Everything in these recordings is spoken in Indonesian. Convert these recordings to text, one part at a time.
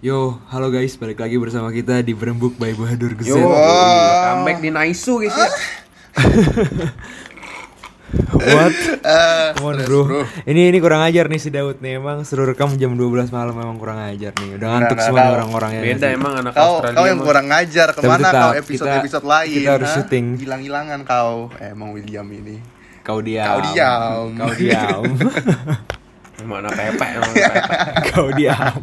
Yo, halo guys, balik lagi bersama kita di Berembuk by Bahadur Yo, Guzet. comeback di Naisu guys ya. What? Come on bro. Ini kurang ajar nih si Daud nih. Emang suruh rekam jam 12 malam memang kurang ajar nih. Udah ngantuk semua nih orang-orangnya. Beda emang anak Kau Australia. yang kurang ngajar, kemana tetap, kau episode lain? kita harus syuting. Hilang-hilangan kau. Emang William ini. Kau diam. Kau diam. Kau diam. Emang anak pepek. Kau diam.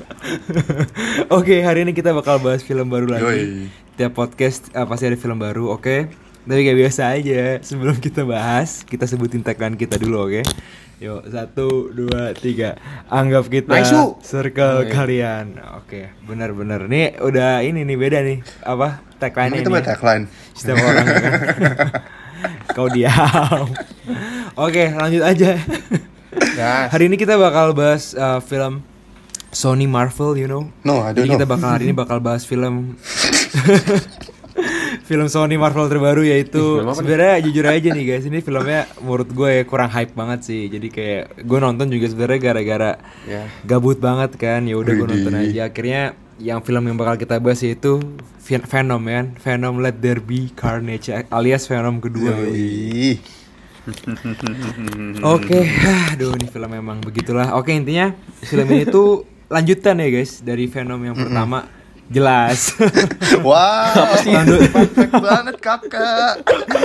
Oke, hari ini kita bakal bahas film baru lagi. Yoi. Tiap podcast pasti ada film baru, oke? Tapi kayak biasa aja, sebelum kita bahas, kita sebutin tagline kita dulu, oke? Yuk, 1, 2, 3. Anggap kita Naisu. circle kalian. Oke, benar-benar. Nih udah ini nih beda nih. Apa? Tagline-nya Emang itu nih. tagline. Setiap orang ya kan. Kau diam. Oke, lanjut aja. Gas. Hari ini kita bakal bahas film Sony Marvel, you know. No, I don't Jadi know. kita hari ini bakal bahas film film Sony Marvel terbaru yaitu Film apa nih? sebenarnya jujur aja nih guys, ini filmnya menurut gue ya kurang hype banget sih. Jadi kayak gue nonton juga sebenarnya gara-gara Ya. gabut banget kan. Ya udah gue Widih. nonton aja. Akhirnya yang film yang bakal kita bahas yaitu Venom kan. Venom Let There Be Carnage alias Venom kedua. Yoi. Oke, aduh ini film memang begitulah. Oke, intinya film ini tuh lanjutan ya guys dari Venom yang pertama. Jelas. Wah, perfect banget kakak.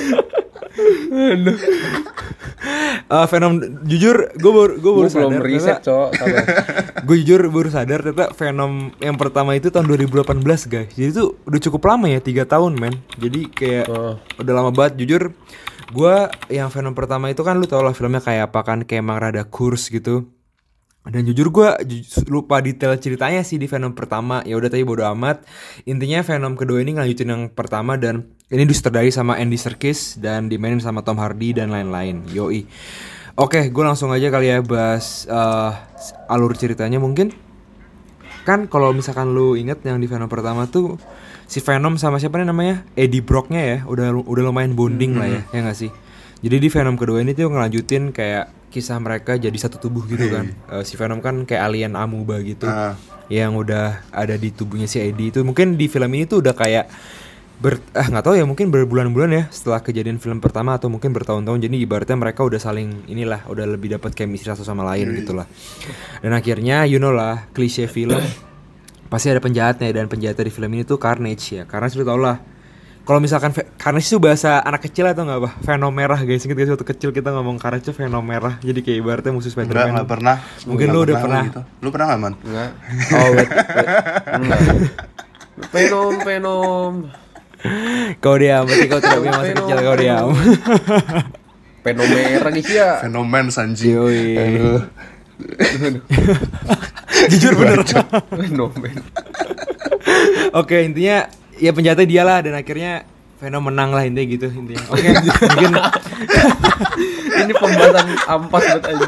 Venom jujur gue baru Gue sadar belum riset, Cok. gue jujur baru sadar ternyata Venom yang pertama itu tahun 2018 guys. Jadi itu udah cukup lama ya, 3 tahun men. Jadi kayak udah lama banget jujur. Gue yang Venom pertama itu kan lu tau lah filmnya kayak apa kan, kayak emang rada kurs gitu. Dan jujur gue lupa detail ceritanya sih di Venom pertama. Ya udah tapi bodo amat. Intinya Venom kedua ini ngelanjutin yang pertama dan ini disutradarai sama Andy Serkis dan dimainin sama Tom Hardy dan lain-lain. Yoi. Oke, gue langsung aja kali ya bahas alur ceritanya mungkin. Kan kalau misalkan lu inget yang di Venom pertama tuh si Venom sama siapa nih namanya? Eddie Brocknya ya, udah lumayan bonding lah ya nggak sih? Jadi di Venom kedua ini tuh ngelanjutin kayak kisah mereka jadi satu tubuh gitu kan. Si Venom kan kayak alien amuba gitu. Yang udah ada di tubuhnya si Eddie itu. Mungkin di film ini tuh udah kayak nggak tahu ya, mungkin berbulan-bulan ya setelah kejadian film pertama atau mungkin bertahun-tahun. Jadi ibaratnya mereka udah saling inilah, udah lebih dapat chemistry satu sama lain gitulah. Dan akhirnya you know lah, klise film pasti ada penjahatnya, dan penjahatnya di film ini tuh Carnage ya. Karena sudah tau lah, kalau misalkan Carnage itu bahasa anak kecil atau nggak apa? Venom merah guys. Ingat gak sih waktu kecil kita ngomong Carnage itu Venom merah. Jadi kayak ibaratnya musuh Spider-Man. Enggak pernah. Mungkin lu udah pernah. Gitu. Lu pernah nggak man? Enggak. Oh wait. Enggak. Venom. Kau diam, berarti kau tidak punya masa Venom. kecil, kau diam. Venom merah guys ya. Fenomen Sanji. Yoi. Aduh. Jujur bener. Venom. Oke, intinya ya penjahatnya dia lah, dan akhirnya Venom menang lah intinya gitu intinya. Oke, mungkin Ini pembahasan ampas buat anjing.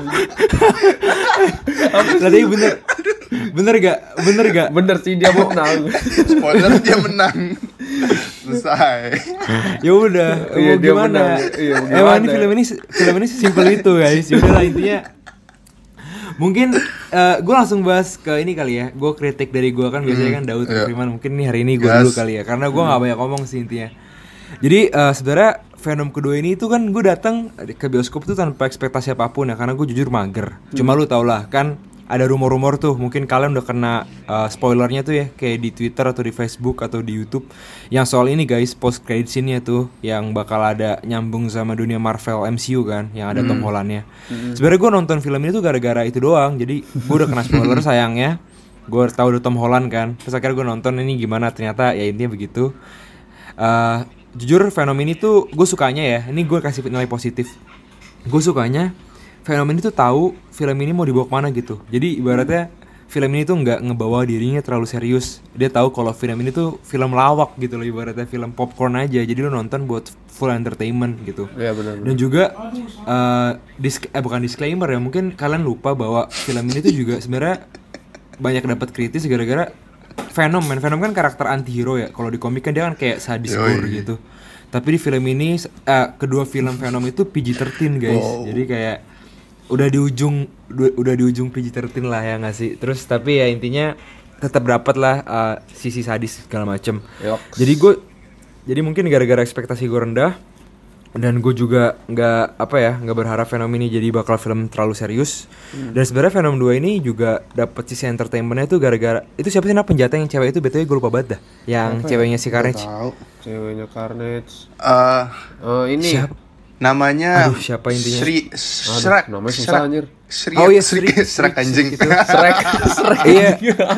tadi bener gak? Bener sih dia menang. Spoiler dia menang. Selesai. Ya udah, Iya, mau dia gimana? menang. Iya, Emang ini gimana? film ini sesimpel itu guys. Ya udahlah intinya. Mungkin gue langsung bahas ke ini kali ya. Gue kritik dari gue kan biasanya kan Daud Firman. Mungkin nih hari ini gue dulu kali ya, karena gue nggak banyak ngomong sih intinya. Jadi sebenarnya Venom kedua ini itu kan gue datang ke bioskop tuh tanpa ekspektasi apapun ya, karena gue jujur mager. Cuma lu tau lah kan, ada rumor-rumor tuh, mungkin kalian udah kena spoilernya tuh ya, kayak di Twitter atau di Facebook atau di YouTube, yang soal ini guys, post credit scene-nya tuh yang bakal ada nyambung sama dunia Marvel MCU kan, yang ada Tom Holland-nya. Sebenarnya gue nonton film ini tuh gara-gara itu doang. Jadi gue udah kena spoiler sayangnya. Gue tahu udah Tom Holland kan, terus akhirnya gue nonton ini gimana, ternyata ya intinya begitu. Jujur Venom ini tuh gue sukanya ya, ini gue kasih nilai positif. Gue sukanya Venom ini tuh tahu film ini mau dibawa kemana gitu. Jadi ibaratnya film ini tuh nggak ngebawa dirinya terlalu serius. Dia tahu kalau film ini tuh film lawak gitu loh, ibaratnya film popcorn aja. Jadi lo nonton buat full entertainment gitu. Iya benar. Dan juga bukan disclaimer ya, mungkin kalian lupa bahwa film ini tuh juga sebenarnya banyak dapat kritis gara-gara Venom kan karakter anti-hero ya. Kalau di komik kan dia kan kayak sadis gore gitu. Tapi di film ini kedua film Venom itu PG-13 guys. Jadi kayak udah di ujung PG-13 lah ya nggak sih. Terus tapi ya intinya tetap dapat lah sisi sadis segala macem. Yoks. Jadi mungkin gara-gara ekspektasi gue rendah dan gue juga nggak berharap Venom ini jadi bakal film terlalu serius. Dan sebenarnya Venom 2 ini juga dapat sisi entertainmentnya tuh gara-gara itu siapa sih penjahat yang cewek itu, btw gue lupa banget dah, yang ceweknya si Carnage. Tahu. Ceweknya Carnage. Ini Siapa? Namanya Aduh, siapa intinya? Shrek. namanya susah anjir. Shrek. Oh iya, Shrek anjing. Itu. Shrek. Iya.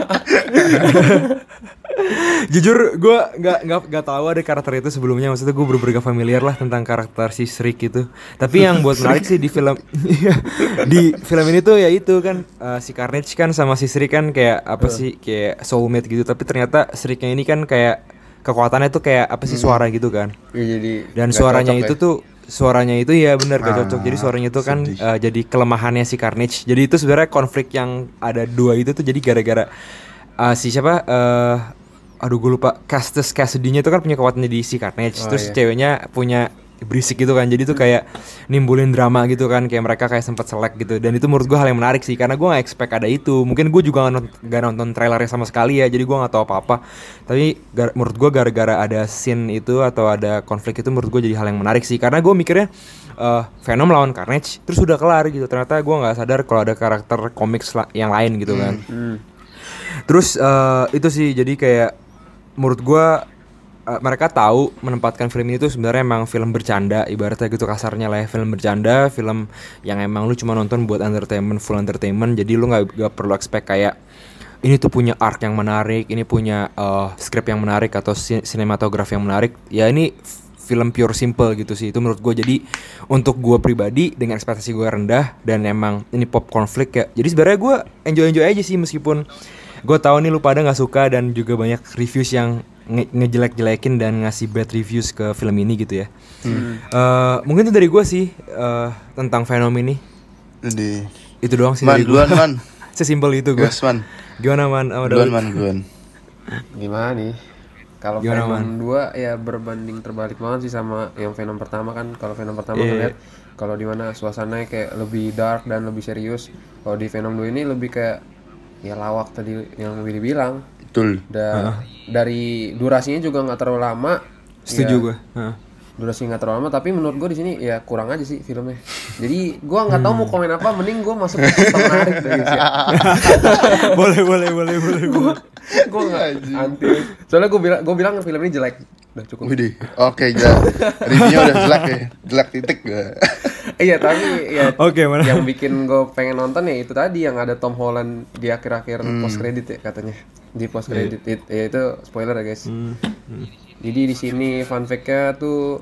Jujur gue nggak tahu ada karakter itu sebelumnya, maksudnya gue bener-bener gak familiar lah tentang karakter si Shriek itu. Tapi yang buat menarik sih di film di film ini tuh ya itu kan si Carnage kan sama si Shriek kan kayak apa sih, kayak soulmate gitu. Tapi ternyata Shrieknya ini kan kayak kekuatannya tuh kayak apa sih, suara gitu kan. Jadi Dan suaranya itu ya benar gak cocok. Jadi suaranya itu kan jadi kelemahannya si Carnage. Jadi itu sebenarnya konflik yang ada dua itu tuh jadi gara-gara si siapa gue lupa, Castus Cassidy-nya itu kan punya kekuatannya di si Carnage. Terus ceweknya punya berisik gitu kan. Jadi tuh kayak nimbulin drama gitu kan, kayak mereka kayak sempat selek gitu. Dan itu menurut gue hal yang menarik sih, karena gue gak expect ada itu. Mungkin gue juga gak nonton trailernya sama sekali ya, jadi gue gak tahu apa-apa. Tapi menurut gue gara-gara ada scene itu atau ada konflik itu, menurut gue jadi hal yang menarik sih. Karena gue mikirnya Venom lawan Carnage terus udah kelar gitu. Ternyata gue gak sadar kalau ada karakter komik yang lain gitu kan. Terus itu sih, jadi kayak menurut gue mereka tahu menempatkan film ini tuh sebenarnya emang film bercanda, ibaratnya gitu kasarnya lah ya, film bercanda, film yang emang lu cuma nonton buat entertainment, full entertainment. Jadi lu nggak perlu expect kayak ini tuh punya arc yang menarik, ini punya script yang menarik atau sinematografi yang menarik. Ya ini film pure simple gitu sih, itu menurut gue. Jadi untuk gue pribadi dengan ekspektasi gue rendah dan emang ini pop konflik ya, jadi sebenarnya gue enjoy aja sih, meskipun gue tahu nih lu pada nggak suka dan juga banyak reviews yang ngejelek-jelekin dan ngasih bad reviews ke film ini gitu ya. Mungkin itu dari gue sih tentang Venom ini. Itu doang sih dari gue. Man. Sesimpel itu gue. Yes, man. Gimana man? Duluan. Gimana nih? Kalau Venom 2 ya berbanding terbalik banget sih sama yang Venom pertama kan. Kalau Venom pertama ngeliat kalau di mana suasananya kayak lebih dark dan lebih serius. Kalau di Venom 2 ini lebih kayak ya lawak tadi yang Willy bilang. Betul. Dari durasinya juga nggak terlalu lama. Setuju ya, gue. Durasi nggak terlalu lama, tapi menurut gue di sini ya kurang aja sih filmnya. Jadi gue nggak tahu mau komen apa, mending gue masuk ke menarik dari sih. boleh. Gue nggak anti. Soalnya gue bilang film ini jelek. Udah cukup. Widih. Oke, reviewnya udah jelek ya. Jelek titik gue. Iya, tapi ya mana? yang bikin gue pengen nonton ya itu tadi, yang ada Tom Holland di akhir-akhir post credit ya katanya. Di post credit ya itu spoiler ya guys. Jadi di sini fun fact-nya tuh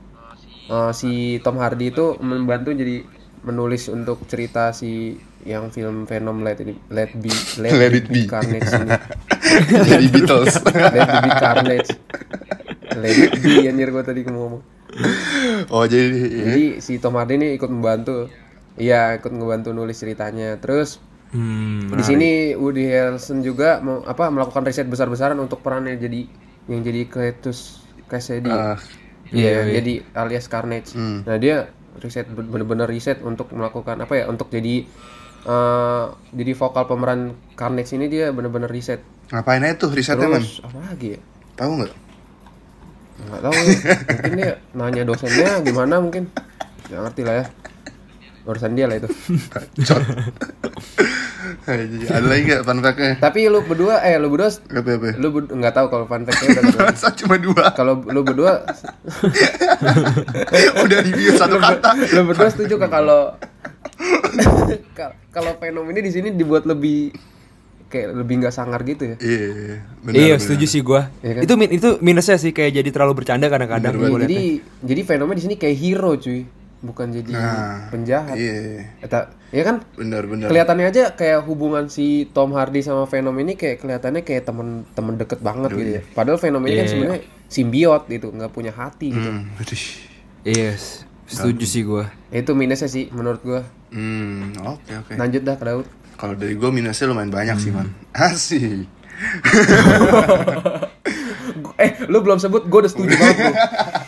si Tom Hardy itu membantu jadi menulis untuk cerita si yang film Venom Let It Be Carnage ini. Jadi Beatles. Let It Be Carnage. Let It Be anjir gue tadi ngomong. Oh jadi si Tom Hardy ini ikut membantu. Iya, ikut ngebantu nulis ceritanya. Terus di sini Woody Harrelson juga melakukan riset besar-besaran untuk perannya jadi Cletus Cassidy. Iya, jadi alias Carnage. Nah, dia bener-bener riset untuk melakukan untuk jadi vokal pemeran Carnage ini. Dia bener-bener riset. Ngapain aja tuh risetnya, man? Terus apa lagi ya? Tahu nggak? Nggak tahu. Mungkin dia nanya dosennya gimana mungkin. Nggak ngerti lah ya. Urusan dia lah itu. Cot. Ada lagi nggak fun fact-nya? Tapi lu berdua Apa? lu nggak tahu kalau fun fact-nya udah Masa cuma 2? Kalau lu berdua udah review satu kata. Lu berdua setuju kan kalau Venom ini di sini dibuat lebih kayak lebih nggak sangar gitu ya? Iya, benar. Setuju sih gue. Iya kan? Itu minusnya sih, kayak jadi terlalu bercanda kadang-kadang. Jadi Venomnya di sini kayak hero cuy, bukan jadi penjahat. Iya kan? Benar. Kelihatannya aja kayak hubungan si Tom Hardy sama Venom ini kayak kelihatannya kayak temen deket banget gitu ya. Padahal Venom ini kan sebenarnya simbiot gitu, nggak punya hati gitu. Yes, setuju sih gue. Itu minusnya sih menurut gue. Oke. Lanjut dah ke Daud. Kalau dari gue minusnya lumayan banyak sih, man. Asik. Lu belum sebut, gue udah setuju banget tuh.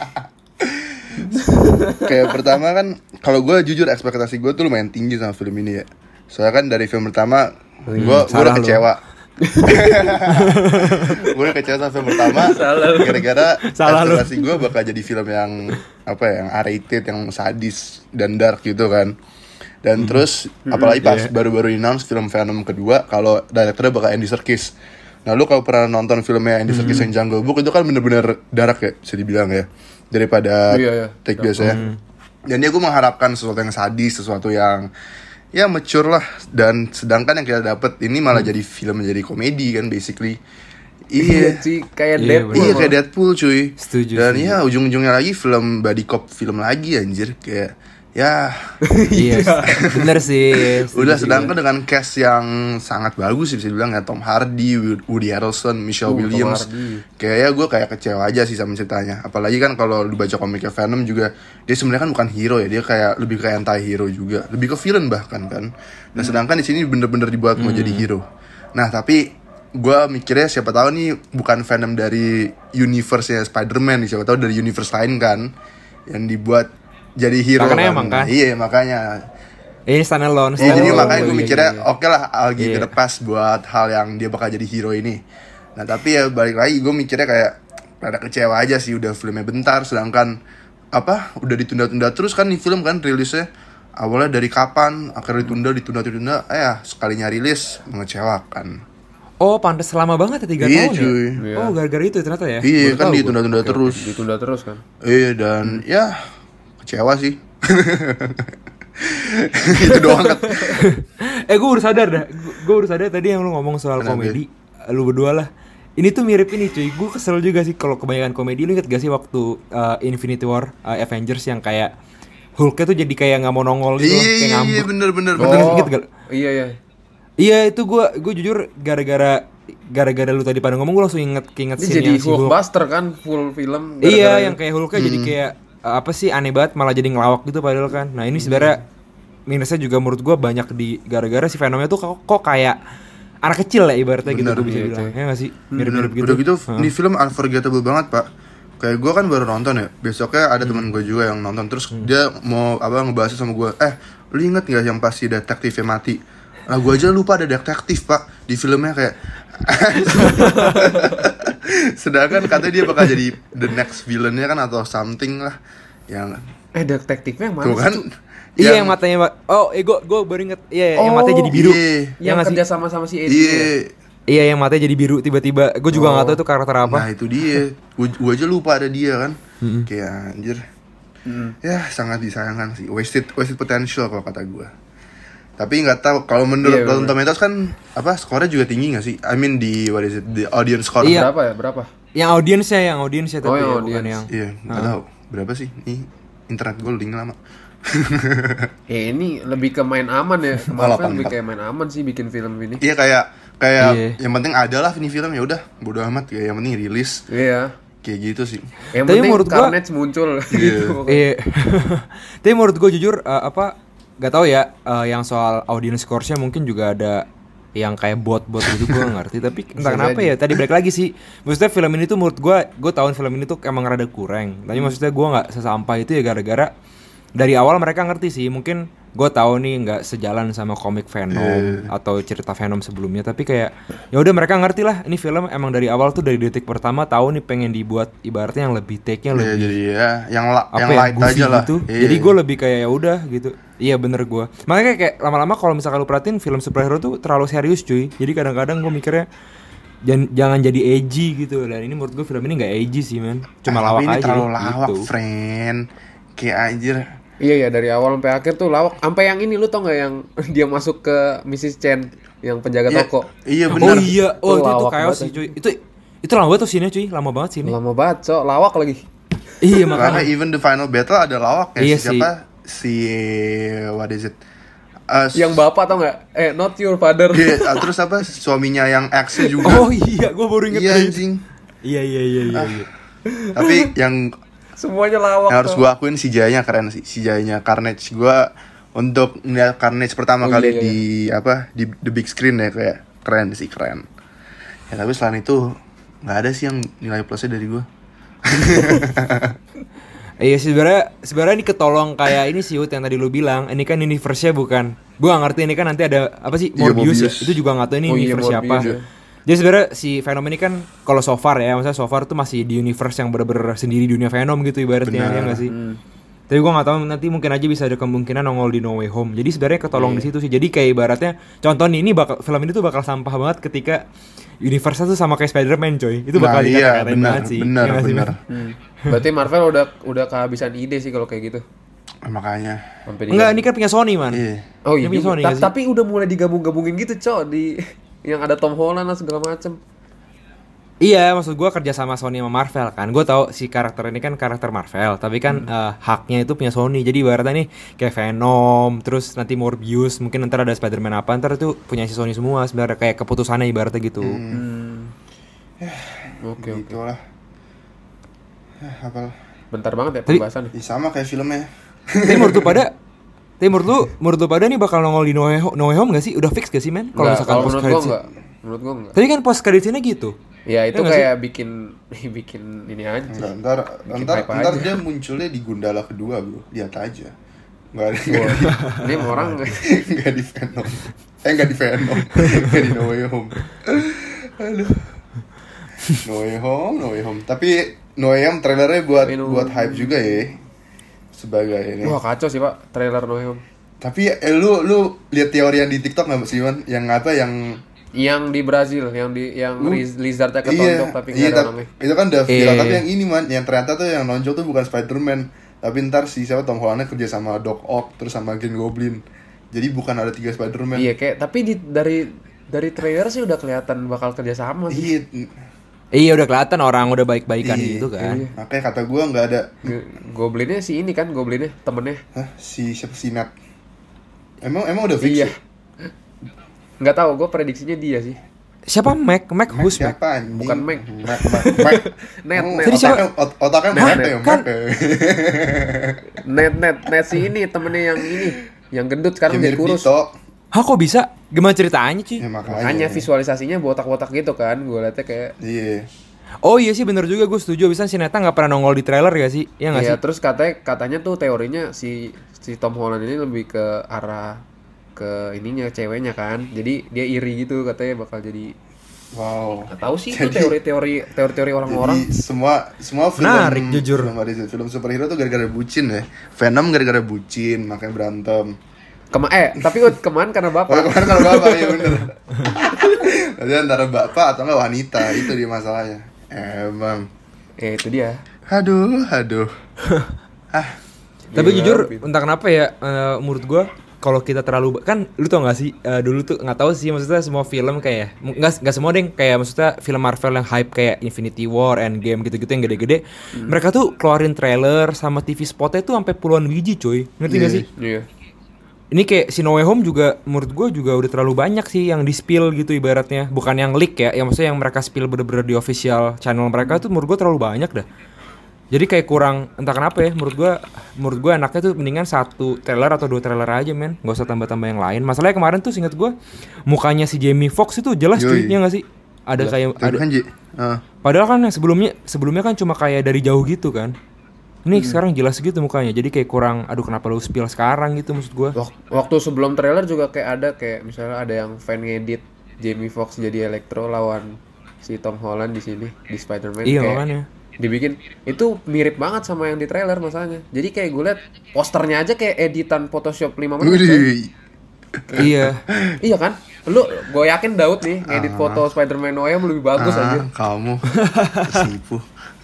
Kayak pertama kan, kalau gue jujur ekspektasi gue tuh lumayan tinggi sama film ini ya. Soalnya kan dari film pertama gue udah kecewa. Gue kecewa sama film pertama gara-gara Salah lu. ekspektasi gue bakal jadi film yang apa ya, yang R-rated, yang sadis dan dark gitu kan. Dan terus apalagi pas baru-baru announce film Venom kedua kalau direkturnya bakal Andy Serkis. Nah lu kalau pernah nonton filmnya Andy Serkis yang Jungle Book itu kan bener-bener dark ya bisa dibilang ya, daripada take biasanya. Dan ya gue mengharapkan sesuatu yang sadis, sesuatu yang ya mature lah. Dan sedangkan yang kita dapet ini malah jadi film, menjadi komedi kan basically. Iya sih, kayak Iya, Deadpool. Iya kayak Deadpool cuy. Setuju, Dan setuju. ya ujung-ujungnya lagi film buddy cop film lagi anjir. Kayak ya Iya, bener sih. udah, sedangkan dengan cast yang sangat bagus sih bisa dibilang ya, Tom Hardy, Woody Harrelson, Michelle Tom Williams. Hardy. Kayak ya gue kayak kecewa aja sih sama ceritanya. Apalagi kan kalau lu baca komiknya Venom juga, dia sebenarnya kan bukan hero ya, dia kayak lebih kayak anti-hero juga, lebih ke villain bahkan kan. Nah sedangkan di sini bener-bener dibuat mau jadi hero. Nah tapi gue mikirnya siapa tahu nih bukan Venom dari universe-nya Spider-Man nih, siapa tahu dari universe lain kan yang dibuat jadi hero Makanya kan. emang kan? Iya makanya. Ini stand alone. Iya, jadi makanya gue iya, mikirnya iya. oke lah Algi Iya. udah pas buat hal yang dia bakal jadi hero ini. Nah tapi ya balik lagi gue mikirnya kayak rada kecewa aja sih, udah filmnya bentar, sedangkan apa udah ditunda-tunda terus kan nih film kan rilisnya. Awalnya dari kapan, akhirnya ditunda, sekalinya rilis mengecewakan. Oh, pantes lama banget ya 3 Iya, tahun cuy. ya? Oh, gara-gara itu ternyata ya? Iya Baru kan tahu ditunda-tunda terus. Ditunda terus kan. Iya dan ya kecewa sih. Itu doang kan. Gue baru sadar dah. Gue baru sadar tadi yang lu ngomong soal Kenapa? komedi. Lu berdua lah. Ini tuh mirip ini cuy. Gue kesel juga sih kalau kebanyakan komedi. Lu inget gak sih waktu Infinity War Avengers yang kayak Hulknya tuh jadi kayak nggak mau nongol gitu, kayak Iya ngambek. bener. Ingat gak? Iya. Iya itu gue jujur gara-gara lu tadi pada ngomong gue langsung inget Ini scene jadi yang si Hulk. Hulkbuster kan full film. Iya yang kayak Hulknya jadi kayak apa sih aneh banget malah jadi ngelawak gitu padahal kan. Nah ini sebenarnya minusnya juga menurut gue banyak di gara-gara si Venomnya tuh kok kayak anak kecil ya ibaratnya gitu Bener, gue bisa iya, bilang. cuy. Ya nggak sih mirip-mirip gitu. Udah gitu, ini film unforgettable banget pak. Kayak gue kan baru nonton ya. Besoknya ada teman gue juga yang nonton. Terus dia mau ngebahas sama gue. Lu inget gak yang pas si detektifnya mati? Nah gue aja lupa ada detektif pak di filmnya kayak. Sedangkan katanya dia bakal jadi the next villainnya kan atau something lah. Yang detektifnya yang mana tuh sih, kan. Cuk? Iya yang matanya gue baru inget. Iya yang matanya jadi biru. Iya. Yang nggak sih? kerja sama si Eddie. Iya. Iya yang matanya jadi biru tiba-tiba. Gue juga nggak tahu itu karakter apa. Nah itu dia. Gue aja lupa ada dia kan. Kayak anjir. Ya sangat disayangkan sih. Wasted potential kalau kata gue. Tapi nggak tahu kalau menurut Iya, Rotten Tomatoes kan apa skornya juga tinggi nggak sih? I mean di what is it? The audience score. Iya. Berapa? Yang audiensnya tapi yang ya, bukan audience. yang. Iya, nggak tahu berapa sih? Nih internet gue link lama. Ini lebih ke main aman ya. Malah Kemarin lebih pantas. kayak main aman sih bikin film ini. Iya kayak Iya. yang penting ada lah ini film ya udah bodo amat kayak yang penting rilis Iya. kayak gitu sih. Yang Tapi penting menurut gua- Carnage muncul gitu. Iya. Tapi menurut gue jujur gak tahu ya yang soal audience score-nya mungkin juga ada yang kayak bot gitu gue gak ngerti tapi entah kenapa jadi. ya tadi balik lagi sih maksudnya film ini tuh menurut gue tahun film ini tuh emang rada kurang tapi maksudnya gue nggak sesampah itu ya gara-gara dari awal mereka ngerti sih mungkin gue tahu nih nggak sejalan sama komik Venom atau cerita Venom sebelumnya tapi kayak ya udah mereka ngerti lah ini film emang dari awal tuh dari detik pertama tahu nih pengen dibuat ibaratnya yang lebih take-nya Iya lebih jadi ya yang apa yang ya, light goofy aja lah. gitu. Iya. Jadi gue lebih kayak ya udah gitu. Iya bener gue. Makanya kayak lama-lama kalau misalkan lu perhatiin film superhero tuh terlalu serius cuy. Jadi kadang-kadang gue mikirnya jangan jadi edgy gitu. Dan ini menurut gue film ini nggak edgy sih men. Cuma lawak Tapi ini aja. terlalu lawak, gitu. friend. Kayak anjir. Iya dari awal sampai akhir tuh lawak. Sampai yang ini lu tau nggak yang dia masuk ke Mrs. Chen yang penjaga Iya, toko. Iya Oh benar. iya. Oh Itu itu lawak chaos banget, sih cuy. Itu lama banget tuh scene-nya cuy. Lama banget scene-nya. Lama banget, Cok. Lawak lagi. Iya Karena makanya. even the final battle ada lawak ya. Iya Siapa? Si what is it? Yang bapak tau nggak? Not your father. Iya, terus apa suaminya yang X juga. Oh iya. Gue baru inget. Iya cuy. anjing. Iya. Tapi yang Semuanya lawak. harus Cok. gua akuin si Jayanya keren sih. Si Jayanya Carnage gua untuk ngeliat Carnage pertama Oh, kali iya. di the big screen ya kayak keren sih keren. Ya tapi selain itu nggak ada sih yang nilai plusnya dari gua. Iya sebenarnya ini ketolong kayak ini sih Ut, yang tadi lu bilang ini kan universe-nya bukan gue gak ngerti ini kan nanti ada apa sih Iya, Morbius, Morbius. ya? Itu juga gak tahu ini Oh, iya, universe siapa Morbius, ya. Jadi sebenarnya si Venom ini kan kalau so far ya, maksudnya so far tuh masih di universe yang bener-bener sendiri dunia Venom gitu ibaratnya, ya nggak sih? Tapi gue nggak tahu nanti mungkin aja bisa ada kemungkinan nongol di No Way Home. Jadi sebenarnya ketolong di situ sih. Jadi kayak ibaratnya contoh nih, film ini tuh bakal sampah banget ketika universe tuh sama kayak Spider-Man coy. Itu bakal dikata-katain banget sih. Bener. Berarti Marvel udah kehabisan ide sih kalau kayak gitu. Makanya. Enggak, ini kan punya Sony man. Iya. Oh iya. Ini punya Sony, nggak sih? Tapi udah mulai digabung-gabungin gitu cok di yang ada Tom Holland lah segala macem. Iya, maksud gue kerja sama Sony sama Marvel kan. Gue tahu si karakter ini kan karakter Marvel, tapi kan haknya itu punya Sony. Jadi ibaratnya nih kayak Venom, terus nanti Morbius, mungkin ntar ada Spider-Man apa, ntar itu punya si Sony semua sebenarnya, kayak keputusannya ibaratnya gitu. Oke. Itulah. Apa? Bentar banget ya pembahasan. Sama kayak filmnya. Tapi menurut lu pada nih bakal nongol di No Way Home gak sih? Udah fix gak sih men? Kalau misalkan post credits. Menurut gua enggak. Tapi kan post creditsnya gitu. Ya itu kayak bikin ini aja. Ntar dia munculnya di Gundala kedua bro, lihat aja. Nggak ada. Ini orang nggak di Venom. Nggak di Venom, nggak di No Way Home. Aduh. No Way Home. Tapi No Way Home trailernya buat hype juga ya. Sebagai ini. Wah kacau sih pak trailer No Way Home. Tapi lu lihat teori yang di TikTok nggak sih Iwan? Yang di Brazil, yang lizardnya ketonjok tapi nggak ada orangnya. Itu kan udah viral, tapi yang ini man, yang ternyata tuh yang nonjok tuh bukan Spider-Man, tapi ntar siapa Tom Holland kerja sama Doc Ock terus sama Green Goblin. Jadi bukan ada 3 Spider-Man. Iya kayak tapi dari trailer sih udah kelihatan bakal kerja sama sih. Iya udah kelihatan orang udah baik-baikan gitu kan. Iya. Makanya kata gua nggak ada. Goblinnya si ini kan, Goblinnya temennya. Hah, siapa si Nat? Emang udah fix? Iya. Nggak tahu, gue prediksinya dia sih. Siapa Mac? Who's Mac? Siapa anjing? Bukan Mac. Net. Jadi siapa? Otaknya Mac ya, kan? Net si ini temennya yang gendut sekarang jadi kurus. Hah kok bisa? Gimana ceritanya sih? Ya, makanya visualisasinya botak-botak gitu kan, gue liatnya kayak. Iya. Oh iya sih bener juga, gue setuju. Bisa si Neta nggak pernah nongol di trailer gak sih? Iya nggak sih? Iya terus katanya tuh teorinya si Tom Holland ini lebih ke arah ke ininya ceweknya kan, jadi dia iri gitu katanya bakal jadi. Wow. Nggak tahu sih itu teori orang-orang. Jadi semua film menarik jujur. Film superhero tuh gara-gara bucin ya. Venom gara-gara bucin makanya berantem. Tapi kemarin karena bapak. Kemarin karena bapak ya bener. Jadi antara bapak atau enggak wanita itu dia masalahnya. Emang. Itu dia. Aduh. Tapi jujur entah kenapa ya menurut gue kalau kita terlalu kan lu tau gak sih dulu tuh nggak tahu sih maksudnya semua film kayak nggak semua deh kayak maksudnya film Marvel yang hype kayak Infinity War, Endgame gitu-gitu yang gede-gede mereka tuh keluarin trailer sama TV spotnya tuh sampai puluhan biji coy, ngerti gak sih? Iya. Ini kayak si No Way Home juga menurut gue juga udah terlalu banyak sih yang di spill gitu ibaratnya, bukan yang leak ya, yang maksudnya yang mereka spill bener-bener di official channel mereka tuh menurut gue terlalu banyak dah. Jadi kayak kurang, entah kenapa ya, menurut gue enaknya tuh mendingan 1 trailer atau 2 trailer aja men, gak usah tambah-tambah yang lain. Masalahnya kemarin tuh seinget gue mukanya si Jamie Foxx itu jelas cuy, ya gak sih? Ada kayak padahal kan yang sebelumnya kan cuma kayak dari jauh gitu kan. Ini sekarang jelas gitu mukanya, jadi kayak kurang, aduh kenapa lu spill sekarang gitu maksud gue. Waktu sebelum trailer juga kayak ada kayak misalnya ada yang fan ngedit Jamie Foxx jadi Electro lawan si Tom Holland di sini di Spider-Man. Iya kayak makanya. Dibikin itu mirip banget sama yang di trailer masalahnya. Jadi kayak gue liat posternya aja kayak editan Photoshop 5 menit. Iya. Iya kan? Gue yakin Daud nih ngedit foto Spider-Man No Way Home lebih bagus aja. Kamu tersipu.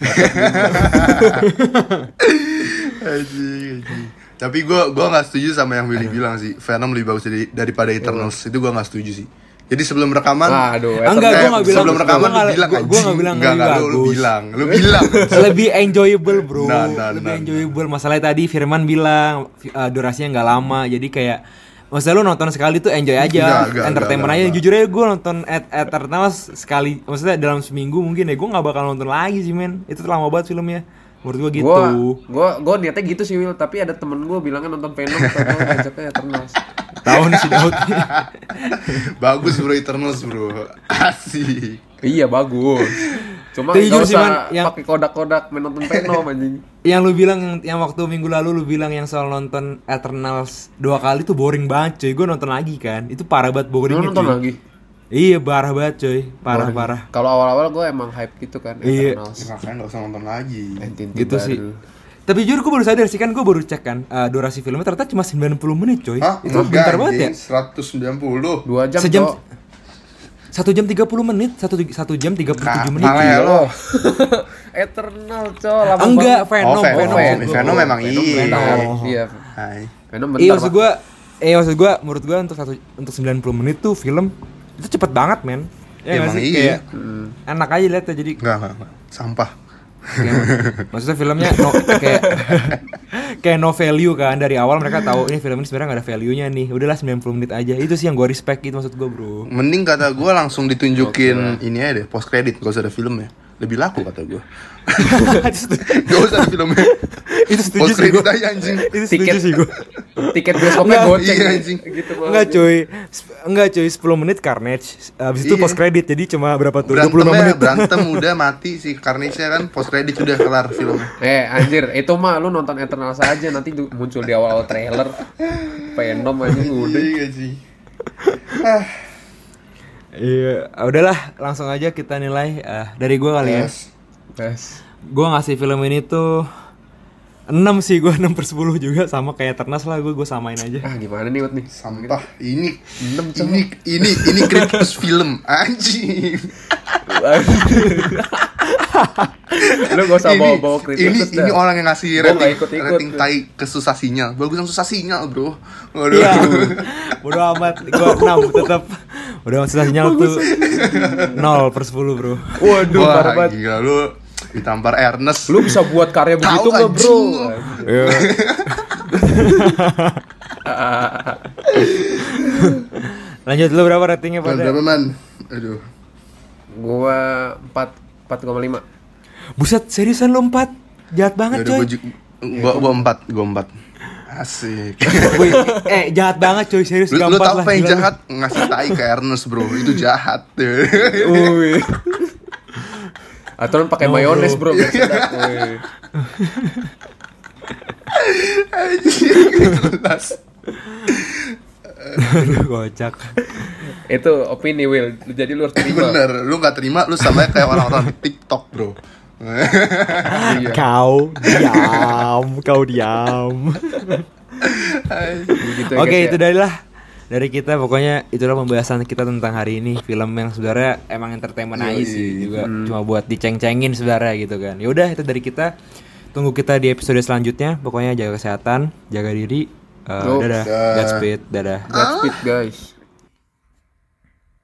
Tapi gue nggak setuju sama yang Willy bilang sih. Venom lebih bagus daripada Eternals. Itu gue nggak setuju sih. Jadi sebelum rekaman, enggak, gue nggak bilang. Sebelum rekaman gue nggak bilang lu bilang. Lebih enjoyable bro. Lebih enjoyable. Masalahnya tadi Firman bilang durasinya nggak lama, jadi kayak maksudnya lu nonton sekali tuh enjoy aja, entertainment aja. Jujur aja gue nonton Eternals sekali, maksudnya dalam seminggu mungkin ya gue nggak bakal nonton lagi sih men. Itu lama banget filmnya. Menurut gue gitu. Gue niatnya gitu sih Will, tapi ada temen gue bilangnya nonton Venom, tapi ngajaknya Eternals. Tahu nih si Daud. Bagus bro Eternals bro. Asik. Iya bagus. Cuma nggak usah pakai kodak-kodak menonton Venom anjing. Yang lu bilang yang waktu minggu lalu lu bilang yang soal nonton Eternals 2 kali tuh boring banget cuy. Gue nonton lagi kan. Itu parah banget boringnya. Lu nonton lagi? Iya, parah banget coy. Parah. Kalau awal-awal gue emang hype gitu kan. Iya. Eternals. Ya, makanya gak usah nonton lagi. Inti-inti Gitu baru. sih. Tapi jujur gue baru sadar sih kan, gue baru cek kan durasi filmnya ternyata cuma 90 menit coy. Hah? Itu bentar banget ya. 190. 2 jam Sejam. Cok. 1 jam 30 menit, 1 jam 37 menit. Kale lo. Eternal coy, lama Enggak, banget. Venom, Venom memang Benar. iya. Iya. Hai. Venom Iya bentar. maksud gue menurut gue untuk 90 menit tuh film itu cepet banget men. Ya nggak Emang sih? iya. Kayak enak aja liatnya jadi Enggak. Sampah. maksudnya filmnya kayak no value kan dari awal mereka tahu ini film ini sebenarnya gak ada value-nya nih. Udahlah 90 menit aja. Itu sih yang gue respect gitu maksud gue, bro. Mending kata gue langsung ditunjukin ini aja deh, post credit, gak usah ada filmnya. Lebih laku kata gue. Gak usah ada filmnya. Itu setuju Post sih gue. credit aja anjing. Itu setuju sih gue. Tiket bioskopnya goceng Iya anjing. gitu Enggak cuy 10 menit Carnage. Habis itu Iya. post credit. Jadi cuma berapa tuh? 25 menit. Berantem udah mati si Carnage-nya kan, post credit udah kelar filmnya. Anjir, itu mah lu nonton Eternals aja nanti muncul di awal trailer. Venom aja udah. Iya sih. Iya, udahlah langsung aja kita nilai dari gue kali ya. Yes. Gue ngasih film ini tuh 6 sih, gue 6/10 juga sama kayak Eternals lah, gue samain aja. Gimana nih Ut nih? Sampah. Ini 6 ini kritikus film anjing. Lu gak usah bawa kritikus ini orang yang ngasih Gua nggak rating, ikut-ikut. rating tai ke susah sinyal. Bagus yang susah sinyal, bro. Waduh. Iya, bodo amat, gue 6 tetap. Udah susah sinyal tuh 0/10 bro. Waduh, Wah, parah banget. gila lu ditampar Ernest. Lu bisa buat karya begitu Tahu, nggak bro? anjing. Iya. Lanjut lu berapa ratingnya Man, pada? berapa man? Aduh. Gua 4,5. Buset, seriusan lu 4? Jahat banget Yaudah, coy. gua 4. Asik. Wih, jahat banget coy, serius Lu 4 tau lah. apa yang gila lu. jahat? Ngasih tai ke Ernest, bro. Itu jahat. Wih. Aturan pakai No, mayones bro. bro, biar sedap. Wih. Jelas. Aduh, kocak. Itu opini Will, jadi lu harus terima. Bener, lu gak terima, lu sama kayak orang-orang di TikTok, bro. Iya. Kau diam. Gitu ya, Oke, guys, itu ya. dari kita, pokoknya itulah pembahasan kita tentang hari ini, film yang sebenarnya emang entertainment aja sih, juga cuma buat diceng-cengin sebenarnya gitu kan. Ya udah, itu dari kita. Tunggu kita di episode selanjutnya. Pokoknya jaga kesehatan, jaga diri. Dadah. Godspeed, dadah. Godspeed guys.